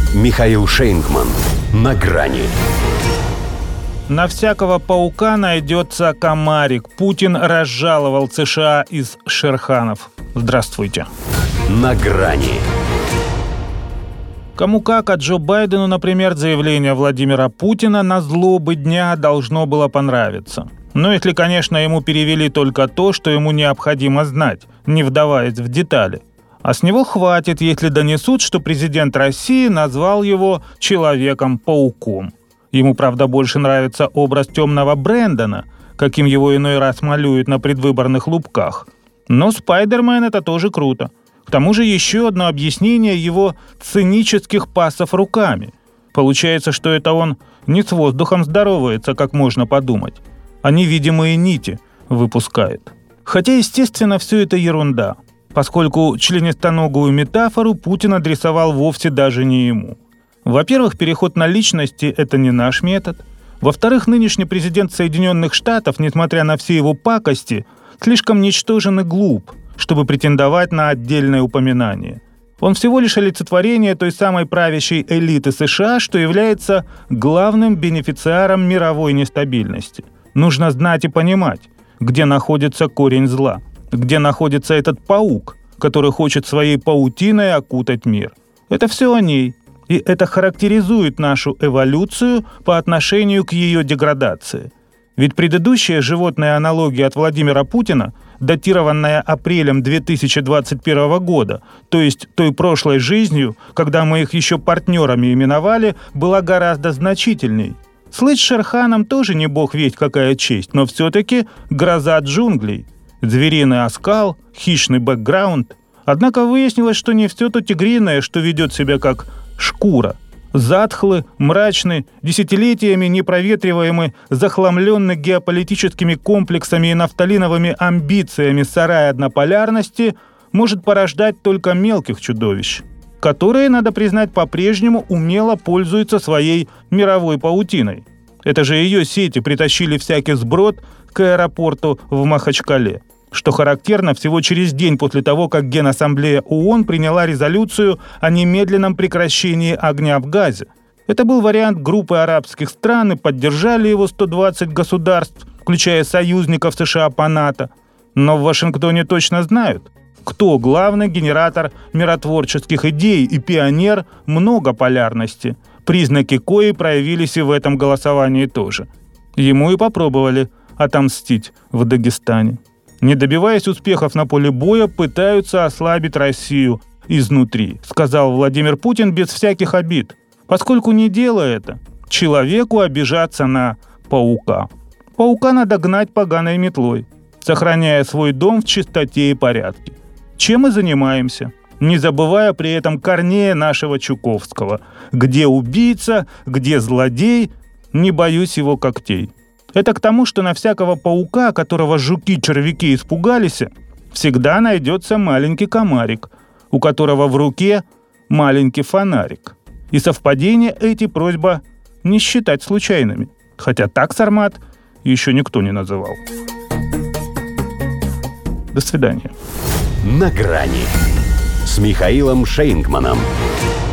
Михаил Шейнгман. На грани. На всякого паука найдется комарик. Путин разжаловал США из Шерханов. Здравствуйте. На грани. Кому как, а Джо Байдену, например, заявление Владимира Путина на злобы дня должно было понравиться. Но если, конечно, ему перевели только то, что ему необходимо знать, не вдаваясь в детали. А с него хватит, если донесут, что президент России назвал его Человеком-пауком. Ему, правда, больше нравится образ темного Брэндона, каким его иной раз малюют на предвыборных лубках. Но Спайдермен — это тоже круто. К тому же еще одно объяснение его цинических пасов руками. Получается, что это он не с воздухом здоровается, как можно подумать, а невидимые нити выпускает. Хотя, естественно, все это ерунда, поскольку членистоногую метафору Путин адресовал вовсе даже не ему. Во-первых, переход на личности – это не наш метод. Во-вторых, нынешний президент Соединенных Штатов, несмотря на все его пакости, слишком ничтожен и глуп, чтобы претендовать на отдельное упоминание. Он всего лишь олицетворение той самой правящей элиты США, что является главным бенефициаром мировой нестабильности. Нужно знать и понимать, где находится корень зла, где находится этот паук, который хочет своей паутиной окутать мир. Это все о ней, и это характеризует нашу эволюцию по отношению к ее деградации. Ведь предыдущая животная аналогия от Владимира Путина, датированная апрелем 2021 года, то есть той прошлой жизнью, когда мы их еще партнерами именовали, была гораздо значительней. Слыть Шерханом тоже не бог весть какая честь, но все-таки гроза джунглей. Звериный оскал, хищный бэкграунд. Однако выяснилось, что не все то тигриное, что ведет себя как шкура. Затхлый, мрачный, десятилетиями непроветриваемый, захламленный геополитическими комплексами и нафталиновыми амбициями сарай однополярности может порождать только мелких чудовищ, которые, надо признать, по-прежнему умело пользуются своей мировой паутиной. Это же ее сети притащили всякий сброд к аэропорту в Махачкале. Что характерно, всего через день после того, как Генассамблея ООН приняла резолюцию о немедленном прекращении огня в Газе. Это был вариант группы арабских стран, и поддержали его 120 государств, включая союзников США по НАТО. Но в Вашингтоне точно знают, кто главный генератор миротворческих идей и пионер многополярности, признаки кои проявились и в этом голосовании тоже. Ему и попробовали отомстить в Дагестане. Не добиваясь успехов на поле боя, пытаются ослабить Россию изнутри, сказал Владимир Путин без всяких обид, поскольку не делая это, человеку обижаться на паука. Паука надо гнать поганой метлой, сохраняя свой дом в чистоте и порядке. Чем мы занимаемся, не забывая при этом корней нашего Чуковского. Где убийца, где злодей, не боюсь его когтей. Это к тому, что на всякого паука, которого жуки-червяки испугались, всегда найдется маленький комарик, у которого в руке маленький фонарик. И совпадения эти просьба не считать случайными, хотя так Сармат еще никто не называл. До свидания. На грани с Михаилом Шейнгманом.